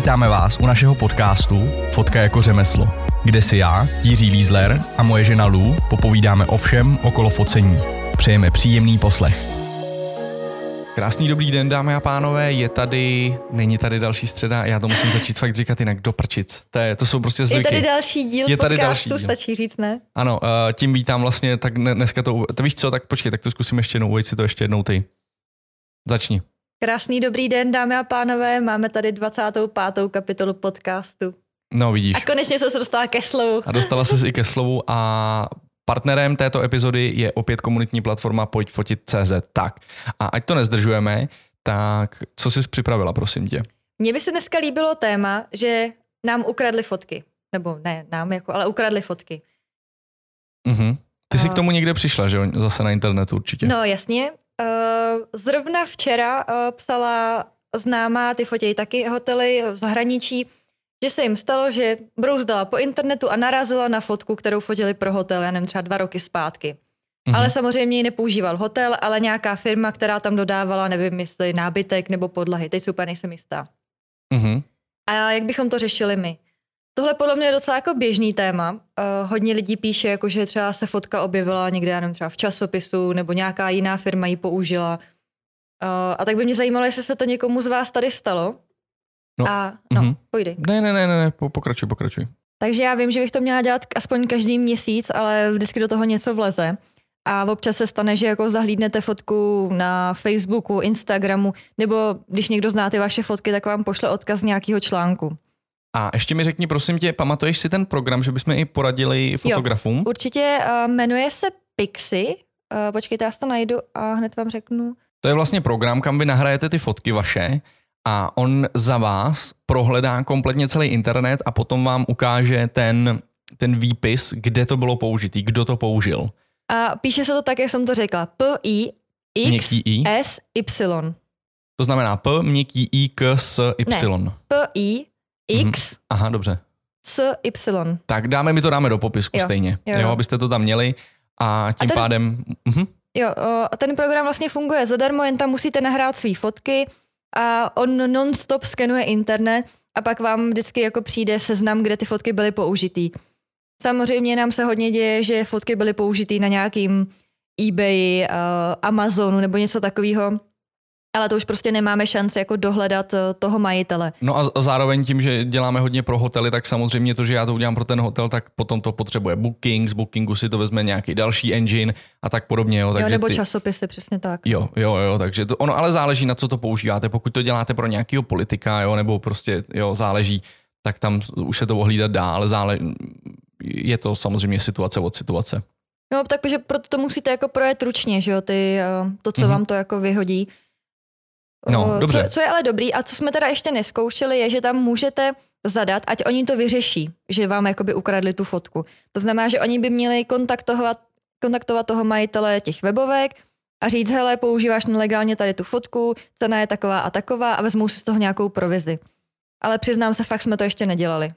Vítáme vás u našeho podcastu Fotka jako řemeslo, kde si já, Jiří Lízler a moje žena Lou popovídáme o všem okolo focení. Přejeme příjemný poslech. Krásný dobrý den, dámy a pánové, není tady další středa, já to musím začít fakt říkat jinak, do prčic. To jsou prostě zvyky. Je tady další díl podcastu, stačí říct, ne? Ano, tím vítám vlastně, tak dneska to víš co, tak počkej, tak to zkusím ještě jednou, uveď si to ještě jednou ty. Začni. Krásný dobrý den, dámy a pánové, máme tady 25. kapitolu podcastu. No vidíš. A konečně se dostala ke slovu. A dostala ses i ke slovu a partnerem této epizody je opět komunitní platforma Pojďfotit.cz. Tak a ať to nezdržujeme, tak co jsi připravila, prosím tě? Mně by se dneska líbilo téma, že nám ukradli fotky. Nebo ne nám, ale ukradli fotky. Mhm. Ty jsi k tomu někde přišla, že jo? Zase na internetu určitě. No jasně. Zrovna včera psala známá, ty fotějí taky hotely v zahraničí, že se jim stalo, že brouzdala po internetu a narazila na fotku, kterou fotili pro hotel, já nevím, třeba 2 roky zpátky. Ale samozřejmě ji nepoužíval hotel, ale nějaká firma, která tam dodávala, nevím, jestli nábytek nebo podlahy. Teď si úplně nejsem jistá. A jak bychom to řešili my? Tohle podle mě je docela jako běžný téma. Hodně lidí píše, jako že třeba se fotka objevila někde, já nevím, třeba v časopisu, nebo nějaká jiná firma ji použila. A tak by mě zajímalo, jestli se to někomu z vás tady stalo. Pojdej. Ne, pokračuj. Takže já vím, že bych to měla dělat aspoň každý měsíc, ale vždycky do toho něco vleze. A občas se stane, že jako zahlídnete fotku na Facebooku, Instagramu, nebo když někdo zná ty vaše fotky, tak vám pošle odkaz nějakého článku. A ještě mi řekni, prosím tě, pamatuješ si ten program, že bychom i poradili fotografům? Jo, určitě, jmenuje se Pixi. Počkejte, já si to najdu a hned vám řeknu. To je vlastně program, kam vy nahrajete ty fotky vaše a on za vás prohledá kompletně celý internet a potom vám ukáže ten výpis, kde to bylo použitý, kdo to použil. A píše se to tak, jak jsem to řekla. P-I-X-S-Y. To znamená P-I-K-S-Y. Ne, P-I-X. Aha, dobře. S-Y. Tak my to dáme do popisku stejně, jo, abyste to tam měli a tím pádem... Jo, a ten program vlastně funguje zadarmo, jen tam musíte nahrát svý fotky a on non-stop skenuje internet a pak vám vždycky jako přijde seznam, kde ty fotky byly použitý. Samozřejmě nám se hodně děje, že fotky byly použitý na nějakým eBay, Amazonu nebo něco takového, ale to už prostě nemáme šanci jako dohledat toho majitele. No a zároveň tím, že děláme hodně pro hotely, tak samozřejmě to, že já to udělám pro ten hotel, tak potom to potřebuje Booking, z Bookingu si to vezme nějaký další engine a tak podobně. Jo, takže nebo časopisy, přesně tak. Jo, takže to, ono ale záleží, na co to používáte. Pokud to děláte pro nějakého politika, jo, nebo prostě, záleží, tak tam už se to ohlídat dá, ale je to samozřejmě situace od situace. No, takže proto to musíte jako projet ručně, že jo, to, co vám to jako vyhodí. No, dobře. Co je ale dobrý a co jsme teda ještě neskoušeli, je, že tam můžete zadat, ať oni to vyřeší, že vám jakoby ukradli tu fotku. To znamená, že oni by měli kontaktovat toho majitele těch webovek a říct, hele, používáš nelegálně tady tu fotku, cena je taková a taková a vezmou si z toho nějakou provizi. Ale přiznám se, fakt jsme to ještě nedělali.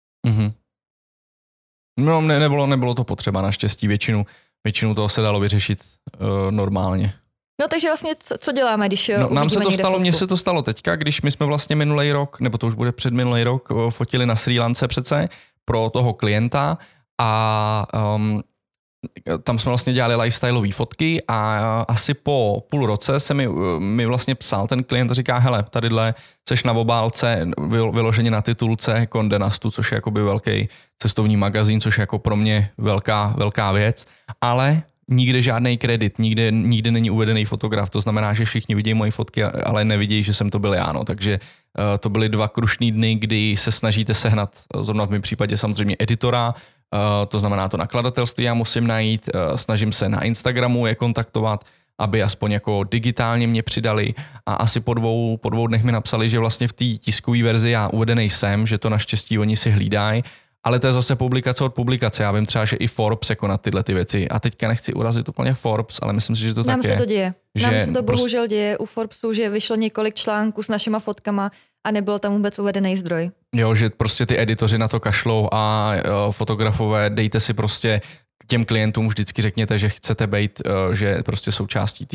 No, nebylo to potřeba, naštěstí většinu toho se dalo vyřešit normálně. No takže vlastně co děláme, když mně se to stalo teďka, když my jsme vlastně minulý rok, nebo to už bude předminulý rok, fotili na Srí Lance přece pro toho klienta a tam jsme vlastně dělali lifestyleové fotky a asi po půl roce se mi vlastně psal ten klient a říká, hele, tadyhle seš na obálce, vyloženě na titulce Condé Nastu, což je jakoby velký cestovní magazín, což je jako pro mě velká věc, ale nikde žádný kredit, nikde není uvedený fotograf, to znamená, že všichni vidějí moje fotky, ale nevidějí, že jsem to byl já, no. Takže to byly 2 krušný dny, kdy se snažíte sehnat, zrovna v mém případě samozřejmě editora, to znamená to nakladatelství já musím najít, snažím se na Instagramu je kontaktovat, aby aspoň jako digitálně mě přidali a asi po dvou dnech mi napsali, že vlastně v té tiskové verzi já uvedený jsem, že to naštěstí oni si hlídají, ale to je zase publikace od publikace. Já vím třeba, že i Forbes jako na tyhle ty věci. A teďka nechci urazit úplně Forbes, ale myslím si, že to tak je. Nám se to děje. Nám se to bohužel děje u Forbesu, že vyšlo několik článků s našima fotkama a nebyl tam vůbec uvedený zdroj. Jo, že prostě ty editoři na to kašlou a fotografové, dejte si prostě těm klientům vždycky řekněte, že chcete být, že prostě součástí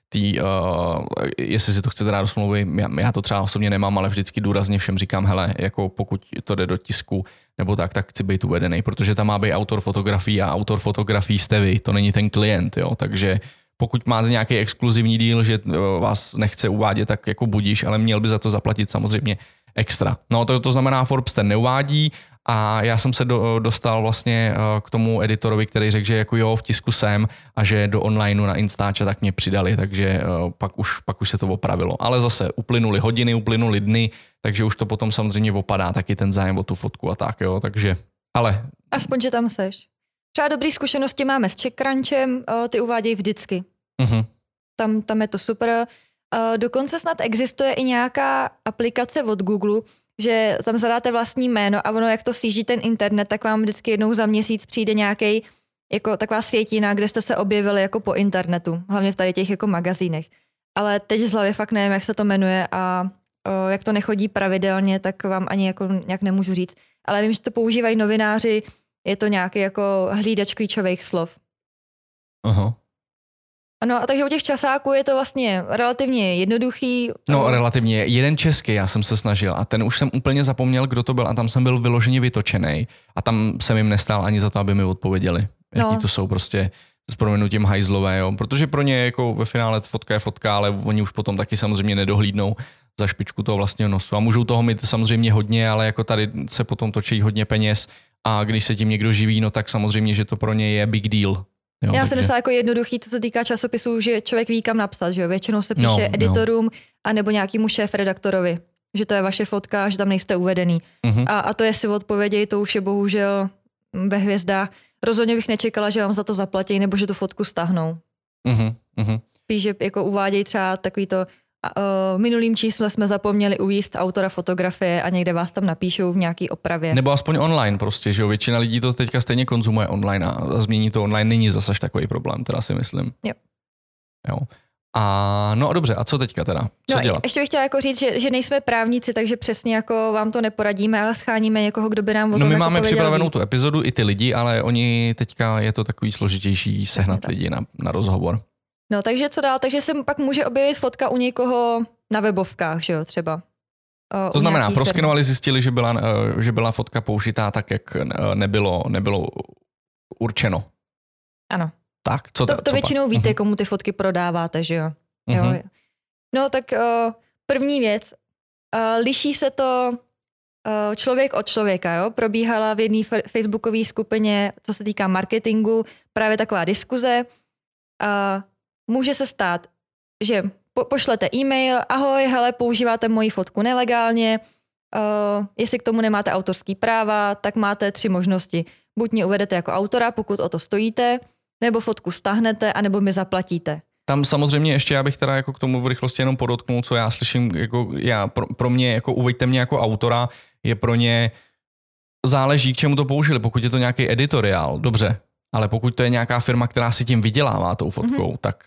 jestli si to chcete dát do smlouvy, já to třeba osobně nemám, ale vždycky důrazně všem říkám, hele, jako pokud to jde do tisku, nebo tak chci být uvedený, protože tam má být autor fotografií a autor fotografií jste vy, to není ten klient, jo, takže pokud máte nějaký exkluzivní díl, že vás nechce uvádět, tak jako budíš, ale měl by za to zaplatit samozřejmě extra. No to znamená, Forbes ten neuvádí a já jsem se dostal vlastně k tomu editorovi, který řekl, že jako jo, v tisku jsem a že do onlineu na Instače tak mě přidali, takže pak už se to opravilo. Ale zase uplynuly hodiny, uplynuly dny, takže už to potom samozřejmě opadá taky ten zájem o tu fotku a tak, jo, takže, ale... Aspoň, že tam seš. Třeba dobrý zkušenosti máme s CheckCrunchem, ty uvádějí vždycky. Uh-huh. Tam je to super. Dokonce snad existuje i nějaká aplikace od Google, že tam zadáte vlastní jméno a ono, jak to sjíždí ten internet, tak vám vždycky jednou za měsíc přijde nějaký jako taková světina, kde jste se objevili jako po internetu, hlavně v tady těch jako magazínech. Ale teď z hlavy fakt nevím, jak se to jmenuje a jak to nechodí pravidelně, tak vám ani jako nějak nemůžu říct. Ale vím, že to používají novináři, je to nějaký jako hlídač klíčových slov. Aha. No a takže u těch časáků je to vlastně relativně jednoduchý. No relativně. Jeden český já jsem se snažil a ten už jsem úplně zapomněl, kdo to byl a tam jsem byl vyloženě vytočenej a tam jsem jim nestál ani za to, aby mi odpověděli. Jaký to jsou prostě s proměnutím hajzlové, jo. Protože pro ně jako ve finále fotka je fotka, ale oni už potom taky samozřejmě nedohlídnou za špičku toho vlastního nosu a můžou toho mít samozřejmě hodně, ale jako tady se potom točí hodně peněz a když se tím někdo živí, no tak samozřejmě, že to pro ně je big deal. Jo, já jsem myslela jako jednoduchý, co se týká časopisů, že člověk ví, kam napsat, že jo? Většinou se píše editorům anebo nějakému šéf-redaktorovi, že to je vaše fotka, že tam nejste uvedený. Uh-huh. A to jestli odpovědějí, to už je bohužel ve hvězdách. Rozhodně bych nečekala, že vám za to zaplatí, nebo že tu fotku stáhnou. Uh-huh. Spíš, že jako uvádějí třeba takový to minulým čísle jsme zapomněli uvést autora fotografie a někde vás tam napíšou v nějaký opravě. Nebo aspoň online prostě, že jo, většina lidí to teďka stejně konzumuje online a změní to online není zase takový problém, teda si myslím. Jo. A no dobře, a co teďka teda? Co dělat? Ještě bych chtěla jako říct, že nejsme právníci, takže přesně jako vám to neporadíme, ale scháníme někoho, kdo by nám o tom my máme připravenou víc. Tu epizodu i ty lidi, ale oni teďka je to takový složitější sehnat lidi na rozhovor. No, takže co dál? Takže se pak může objevit fotka u někoho na webovkách, že jo, třeba. To znamená, proskenovali, zjistili, že byla fotka použitá tak, jak nebylo určeno. Ano. Tak, co to většinou víte, komu ty fotky prodáváte, že jo? Jo. No, tak první věc. Liší se to člověk od člověka, jo? Probíhala v jedné facebookové skupině, co se týká marketingu, právě taková diskuze. Může se stát, že pošlete e-mail, ahoj, hele, používáte moji fotku nelegálně, jestli k tomu nemáte autorský práva, tak máte 3 možnosti. Buď mě uvedete jako autora, pokud o to stojíte, nebo fotku stáhnete, anebo mi zaplatíte. Tam samozřejmě ještě já bych teda jako k tomu v rychlosti jenom podotknul, co já slyším, jako pro mě, jako uveďte mě jako autora, je pro ně záleží, k čemu to použili. Pokud je to nějaký editoriál, dobře, ale pokud to je nějaká firma, která si tím vydělává tou fotkou, tak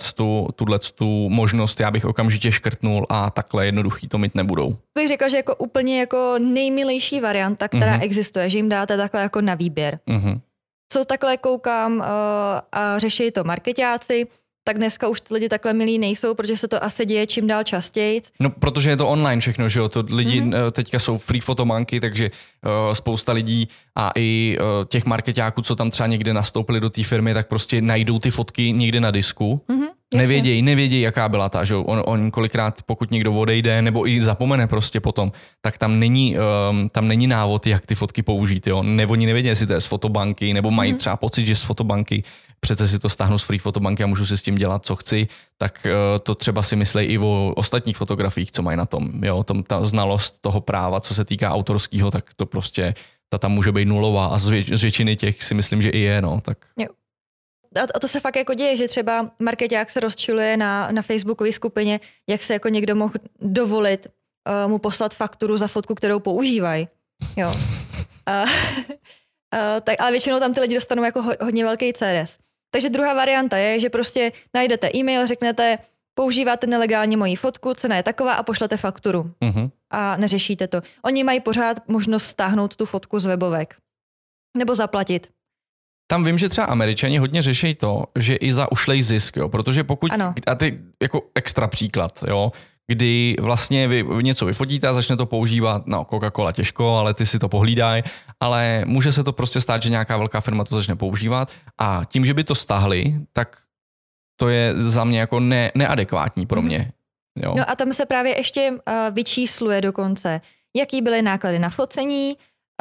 tu možnost já bych okamžitě škrtnul a takhle jednoduchý to mít nebudou. Bych řekla, že jako úplně jako nejmilejší varianta, která existuje, že jim dáte takhle jako na výběr. Co takhle koukám a řeší to marketáci, tak dneska už ty lidi takhle milí nejsou, protože se to asi děje čím dál častěji. No, protože je to online všechno, že jo, to lidi teďka jsou free fotobanky, takže spousta lidí a i těch marketáků, co tam třeba někde nastoupili do té firmy, tak prostě najdou ty fotky někde na disku. Nevědějí, jaká byla ta, že jo, on kolikrát, pokud někdo odejde, nebo i zapomene prostě potom, tak tam není návod, jak ty fotky použít, jo, nebo oni nevědí, jestli to je z fotobanky, nebo mají třeba pocit, že z fotobanky, přece si to stáhnu z free fotobanky a můžu si s tím dělat, co chci, tak to třeba si myslej i o ostatních fotografiích, co mají na tom, jo, ta znalost toho práva, co se týká autorského, tak to prostě, ta tam může být nulová a z většiny těch si myslím, že i je, no, tak. Jo. A to se fakt jako děje, že třeba markeťák se rozčiluje na facebookové skupině, jak se jako někdo mohl dovolit mu poslat fakturu za fotku, kterou používají. Jo. Tak, ale většinou tam ty lidi dostanou jako hodně velký CRS. Takže druhá varianta je, že prostě najdete e-mail, řeknete, používáte nelegálně moji fotku, cena je taková a pošlete fakturu. A neřešíte to. Oni mají pořád možnost stáhnout tu fotku z webovek. Nebo zaplatit. Tam vím, že třeba Američani hodně řeší to, že i za ušlej zisk, jo, protože pokud, ano. a ty jako extra příklad, jo, kdy vlastně vy něco vyfotíte a začne to používat, no Coca-Cola těžko, ale ty si to pohlídaj, ale může se to prostě stát, že nějaká velká firma to začne používat a tím, že by to stáhli, tak to je za mě jako neadekvátní pro mě. Jo. No a tam se právě ještě vyčísluje dokonce, jaký byly náklady na focení,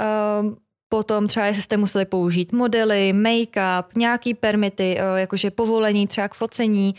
potom třeba jestli jste museli použít modely, make-up, nějaký permity, jakože povolení třeba k focení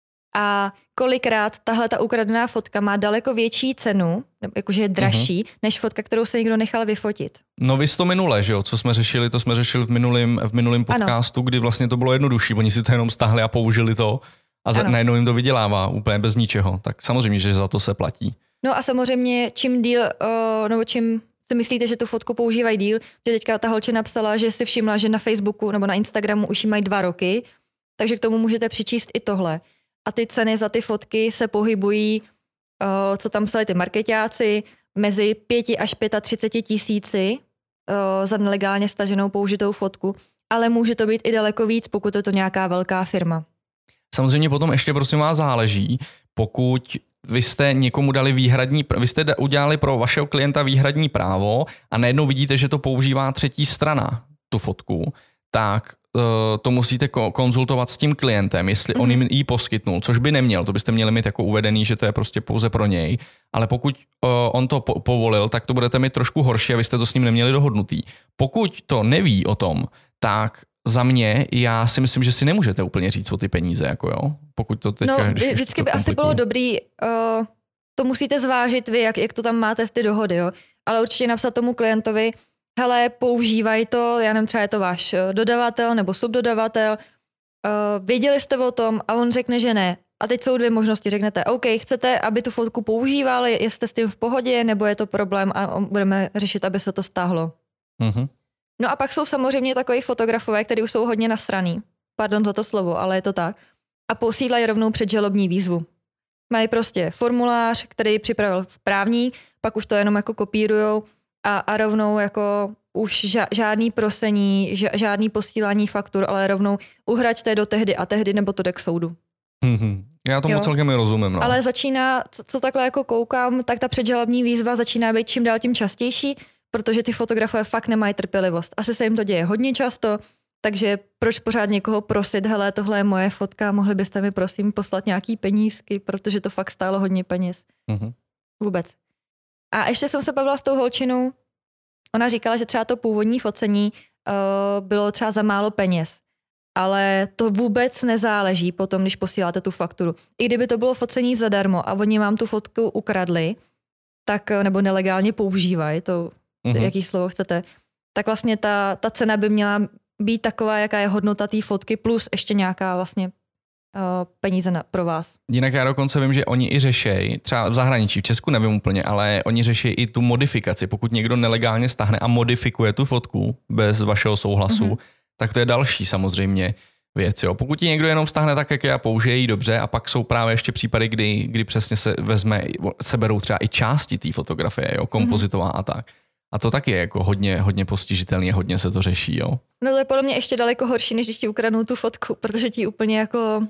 a kolikrát tahle ta ukradená fotka má daleko větší cenu, jakože je dražší, než fotka, kterou se někdo nechal vyfotit. No vy to minule, že jo, co jsme řešili, to jsme řešili v minulém podcastu, kdy vlastně to bylo jednodušší, oni si to jenom stáhli a použili to a najednou jim to vydělává úplně bez ničeho, tak samozřejmě, že za to se platí. No a samozřejmě čím díl, nebo čím si myslíte, že tu fotku používají díl, že teďka ta holče napsala, že si všimla, že na Facebooku nebo na Instagramu už jí mají 2 roky, takže k tomu můžete přičíst i tohle. A ty ceny za ty fotky se pohybují, co tam psali ty marketáci, mezi 5 až 35 tisíci za nelegálně staženou použitou fotku, ale může to být i daleko víc, pokud je to nějaká velká firma. Samozřejmě potom ještě prosím vás záleží, pokud vy jste někomu dali vy jste udělali pro vašeho klienta výhradní právo a najednou vidíte, že to používá třetí strana, tu fotku, tak to musíte konzultovat s tím klientem, jestli on jim ji poskytnul, což by neměl, to byste měli mít jako uvedený, že to je prostě pouze pro něj, ale pokud on to povolil, tak to budete mít trošku horší a vy jste to s ním neměli dohodnutý. Pokud to neví o tom, tak za mě, já si myslím, že si nemůžete úplně říct o ty peníze, jako jo, pokud to teďka... No, vždycky by asi bylo dobrý, to musíte zvážit vy, jak to tam máte ty dohody, jo, ale určitě napsat tomu klientovi, hele, používaj to, já nevím, třeba je to váš dodavatel nebo subdodavatel, věděli jste o tom a on řekne, že ne. A teď jsou 2 možnosti, řeknete, OK, chcete, aby tu fotku používali, jste s tím v pohodě, nebo je to problém a budeme řešit, aby se to stáhlo. Mm-hmm. No a pak jsou samozřejmě takový fotografové, kteří už jsou hodně nasraný, pardon za to slovo, ale je to tak, a posílají rovnou předžalobní výzvu. Mají prostě formulář, který připravil právník, pak už to jenom jako kopírujou a rovnou jako už žádný prosení, žádný posílání faktur, ale rovnou uhraďte do tehdy a tehdy, nebo to jde k soudu. Mm-hmm. Já tomu celkem rozumím. No. Ale začíná, co takhle jako koukám, tak ta předžalobní výzva začíná být čím dál tím častější, protože ty fotografové fakt nemají trpělivost. Asi se jim to děje hodně často, takže proč pořád někoho prosit, hele, tohle je moje fotka, mohli byste mi prosím poslat nějaký penízky, protože to fakt stálo hodně peněz. Mm-hmm. Vůbec. A ještě jsem se bavila s tou holčinou, ona říkala, že třeba to původní focení bylo třeba za málo peněz, ale to vůbec nezáleží potom, když posíláte tu fakturu. I kdyby to bylo focení zadarmo a oni vám tu fotku ukradli, tak nebo nelegálně používají, to jakých slovo chcete, tak vlastně ta cena by měla být taková, jaká je hodnota té fotky, plus ještě nějaká vlastně peníze pro vás. Jinak já dokonce vím, že oni i řešejí, třeba v zahraničí, v Česku nevím úplně, ale oni řešejí i tu modifikaci. Pokud někdo nelegálně stáhne a modifikuje tu fotku bez vašeho souhlasu, tak to je další samozřejmě věc. Jo. Pokud ji někdo jenom stáhne tak, jak já, použije ji dobře a pak jsou právě ještě případy, kdy přesně se berou třeba i části té fotografie, jo, kompozitová a tak. A to taky je jako hodně postižitelný a hodně se to řeší, jo. No to je podle mě ještě daleko horší, než když ti ukradnou tu fotku, protože ti úplně jako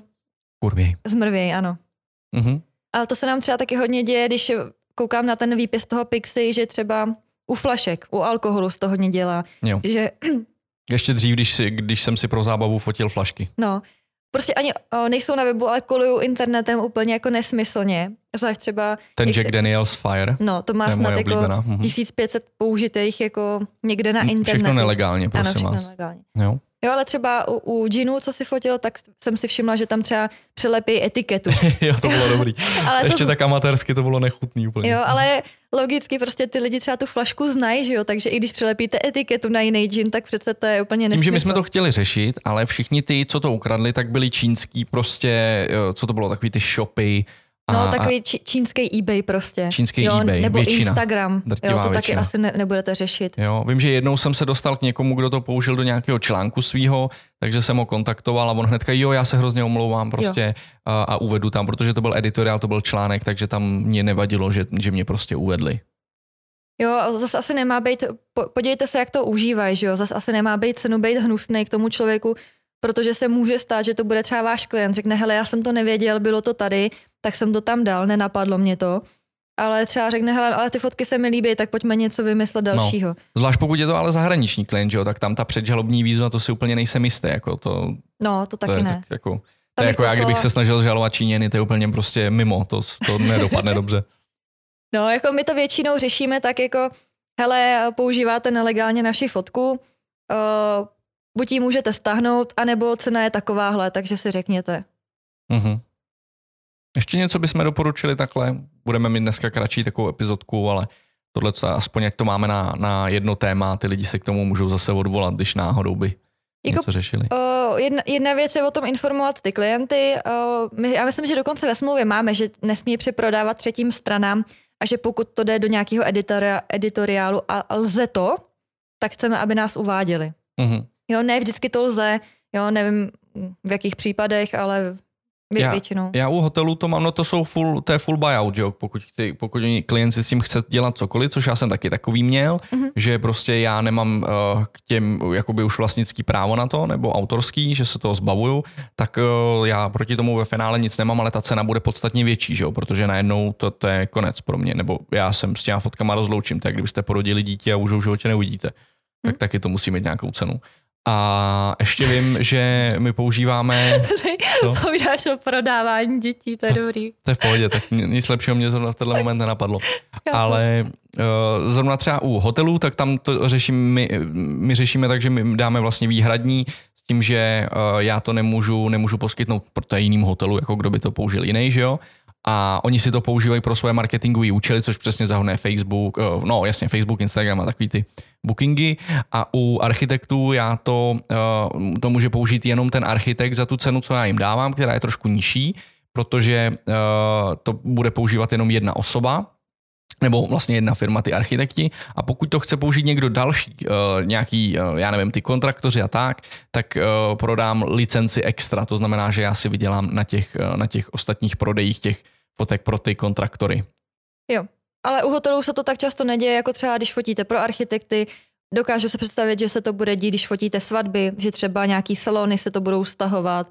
zmrvěj, ano. Mm-hmm. Ale to se nám třeba taky hodně děje, když koukám na ten výpis toho Pixi, že třeba u flašek, u alkoholu se to hodně dělá. Jo. Že... Ještě dřív, když jsem si pro zábavu fotil flašky. No, prostě ani nejsou na webu, ale kolují internetem úplně jako nesmyslně. Zvlášť třeba... Ten Jack Daniels Fire. No, to má snad jako 1500 použitých jako někde na internetu. Všechno nelegálně, prosím vás. Nelegálně. Jo, ale třeba u džinu, co si fotil, tak jsem si všimla, že tam třeba přilepí etiketu. Jo, to bylo dobrý. Ale ještě tak amatérsky to bylo nechutný úplně. Jo, ale logicky prostě ty lidi třeba tu flašku znají, že jo, takže i když přilepíte etiketu na jiný džin, tak přece to je úplně nesmysl. Tím, že my jsme to chtěli řešit, ale všichni ty, co to ukradli, tak byli čínský prostě, co to bylo, takový ty shopy. No, takový čínský eBay prostě. Čínský eBay, nebo většina. Instagram. Jo, to taky většina. asi nebudete řešit. Jo, vím, že jednou jsem se dostal k někomu, kdo to použil do nějakého článku svýho, takže jsem ho kontaktoval a on hnedka, já se hrozně omlouvám prostě a uvedu tam, protože to byl editoriál, to byl článek, takže tam mě nevadilo, že mě prostě uvedli. Jo, zase asi nemá být, podívejte se, jak to užívají, že jo, zase asi nemá být cenu být hnusnej k tomu člověku, protože se může stát, že to bude třeba váš klient, řekne, hele, já jsem to nevěděl, bylo to tady, tak jsem to tam dal, nenapadlo mě to, ale třeba řekne, hele, ale ty fotky se mi líbí, tak pojďme něco vymyslet dalšího. No, zvlášť pokud je to ale zahraniční klient, že jo, tak tam ta předžalobní výzva, to si úplně nejsem jistý, jako to. No, to taky ne. Tak jako, to je jako já, kdybych se snažil žalovat Číňany, to je úplně prostě mimo, to nedopadne dobře. No, jako my to většinou řešíme tak jako, hele, používáte nelegálně naši fotku, buď ji můžete stáhnout, anebo cena je takováhle, takže si řekněte. Mhm. Ještě něco bychom doporučili takhle? Budeme mít dneska kratší takovou epizodku, ale tohle, aspoň jak to máme na jedno téma, ty lidi se k tomu můžou zase odvolat, když náhodou by něco řešili. Jedna věc je o tom informovat ty klienty. Já myslím, že dokonce ve smlouvě máme, že nesmí přeprodávat třetím stranám a že pokud to jde do nějakého editoriálu a lze to, tak chceme, aby nás uváděli. Mhm. Jo, ne vždycky to lze, jo, nevím v jakých případech, ale většinou. Já u hotelu to mám, no to je full buyout, jo, pokud klient si s tím chce dělat cokoliv, což já jsem taky takový měl, že prostě já nemám k těm jakoby už vlastnický právo na to, nebo autorský, že se toho zbavuju, tak já proti tomu ve finále nic nemám, ale ta cena bude podstatně větší, že jo, protože najednou to je konec pro mě, nebo já jsem s těma fotkama rozloučím, tak kdybyste porodili dítě a už ho v životě neuvidíte, tak taky to musí mít nějakou cenu. A ještě vím, že my používáme... Povídáš o prodávání dětí, to je dobrý. To je v pohodě, tak nic lepšího mě zrovna v tenhle moment nenapadlo. Ale zrovna třeba u hotelů, tak tam to my řešíme tak, že my dáme vlastně výhradní s tím, že já to nemůžu poskytnout pro jiným hotelu, jako kdo by to použil jiný, že jo? A oni si to používají pro svoje marketingové účely, což přesně zahrnuje Facebook, no jasně Facebook, Instagram a takový ty bookingy. A u architektů já to může použít jenom ten architekt za tu cenu, co já jim dávám, která je trošku nižší, protože to bude používat jenom jedna osoba, nebo vlastně jedna firma, ty architekti. A pokud to chce použít někdo další, nějaký, já nevím, ty kontraktoři a tak prodám licenci extra. To znamená, že já si vydělám na těch ostatních prodejích těch fotek pro ty kontraktory. Jo, ale u hotelů se to tak často neděje, jako třeba když fotíte pro architekty. Dokážu se představit, že se to bude dít, když fotíte svatby, že třeba nějaký salony se to budou stahovat.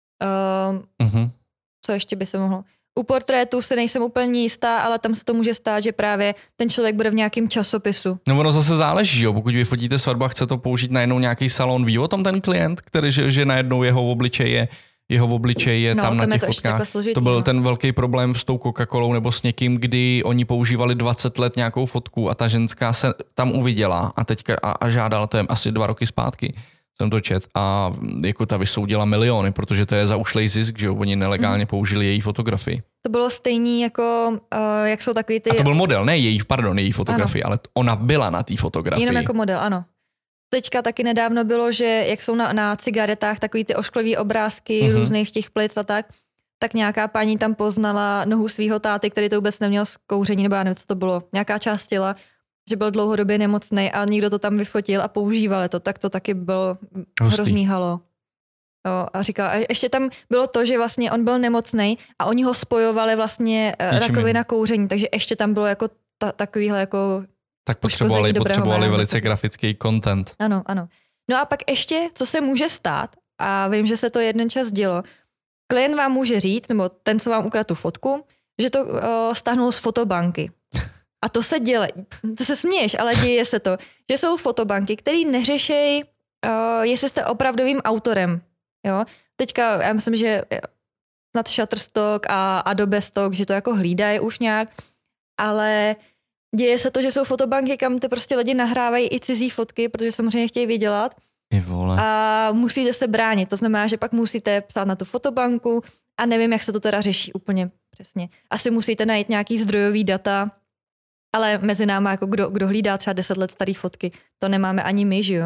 Co ještě by se mohlo? U portrétů si nejsem úplně jistá, ale tam se to může stát, že právě ten člověk bude v nějakém časopisu. No ono zase záleží, jo. Pokud vy fotíte svatbu a chce to použít najednou nějaký salon, ví o tom ten klient, který, že najednou jeho obličej je tam na těch fotkách. To byl ten velký problém s tou Coca-Colou nebo s někým, kdy oni používali 20 let nějakou fotku a ta ženská se tam uviděla a teďka a žádala, to je asi 2 roky zpátky, jsem to čet, a jako ta vysoudila miliony, protože to je za ušlej zisk, že jo, oni nelegálně použili její fotografii. To bylo stejný jako, jak jsou takový ty... A to byl model, ne její fotografii, ale ona byla na té fotografii. Jenom jako model, ano. Teďka taky nedávno bylo, že jak jsou na cigaretách takový ty ošklivý obrázky různých těch plic a tak nějaká paní tam poznala nohu svého táty, který to vůbec neměl z kouření, nebo já nevím, co to bylo, nějaká část těla, že byl dlouhodobě nemocný a někdo to tam vyfotil a používali to, tak to taky byl hrozný halo. Jo, a říkal, a ještě tam bylo to, že vlastně on byl nemocný a oni ho spojovali vlastně rakovina kouření, takže ještě tam bylo jako takovýhle jako tak potřebovali velice grafický content. Ano. No a pak ještě, co se může stát, a vím, že se to jeden čas dělo, klient vám může říct, nebo ten, co vám ukradl tu fotku, že to stáhnul z fotobanky. A to se děje, to se směješ, ale děje se to, že jsou fotobanky, které neřešejí, jestli jste opravdovým autorem. Jo? Teďka, já myslím, že snad Shutterstock a Adobe Stock, že to jako hlídají už nějak, ale děje se to, že jsou fotobanky, kam ty prostě lidi nahrávají i cizí fotky, protože samozřejmě chtějí vydělat. A musíte se bránit. To znamená, že pak musíte psát na tu fotobanku a nevím, jak se to teda řeší úplně přesně. Asi musíte najít nějaký zdrojový data, ale mezi náma, jako kdo hlídá třeba 10 let starý fotky, to nemáme ani my, že jo?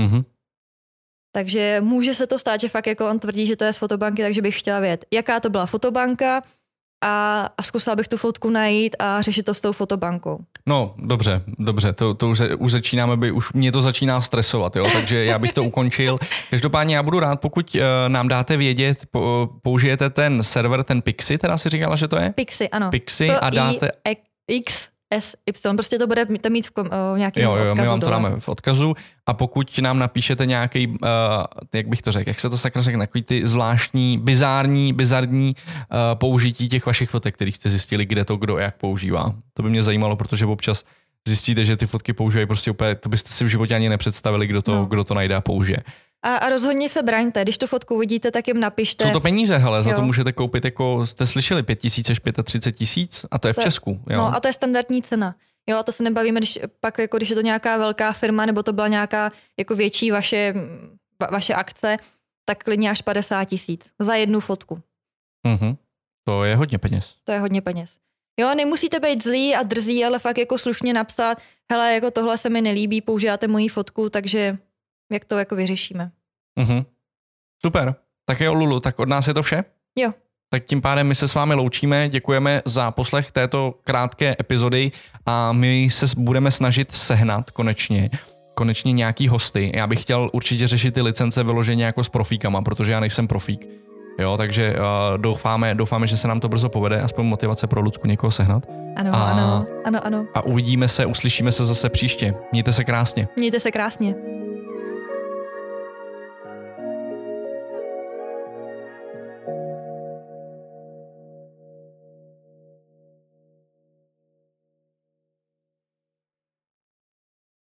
Takže může se to stát, že fakt jako on tvrdí, že to je z fotobanky, takže bych chtěla vědět, jaká to byla fotobanka, a zkusila bych tu fotku najít a řešit to s tou fotobankou. No, dobře, to už začínáme, už mě to začíná stresovat, jo, takže já bych to ukončil. Každopádně já budu rád, pokud nám dáte vědět, použijete ten server, ten Pixi, teda si říkala, že to je? Pixi, ano. Pixi a dáte... X SY. Prostě to budete mít v nějakém odkazu. My vám to dole. dáme v odkazu a pokud nám napíšete nějaký, jak bych to řekl, jak se to sakra řekne, takový ty zvláštní, bizarní použití těch vašich fotek, kterých jste zjistili, kde to kdo jak používá. To by mě zajímalo, protože občas zjistíte, že ty fotky používají prostě úplně, to byste si v životě ani nepředstavili, kdo to najde a použije. A rozhodně se braňte, když tu fotku uvidíte, tak jim napište. Jsou to peníze, hele, za to můžete koupit, jako jste slyšeli, 5 000 až 35 000 a to je v Česku. Jo? No a to je standardní cena. Jo, a to se nebavíme, když je to nějaká velká firma, nebo to byla nějaká jako větší vaše akce, tak klidně až 50 000 za jednu fotku. To je hodně peněz. To je hodně peněz. Jo, nemusíte být zlí a drzí, ale fakt jako slušně napsat, hele, jako tohle se mi nelíbí, používáte moji fotku, takže jak to jako vyřešíme. Super. Tak jo, Lulu, tak od nás je to vše? Jo. Tak tím pádem my se s vámi loučíme, děkujeme za poslech této krátké epizody a my se budeme snažit sehnat konečně nějaký hosty. Já bych chtěl určitě řešit ty licence vyloženě jako s profíkama, protože já nejsem profík. Jo, takže doufáme, že se nám to brzo povede, aspoň motivace pro Lucku někoho sehnat. Ano. A uslyšíme se zase příště. Mějte se krásně. Mějte se krásně.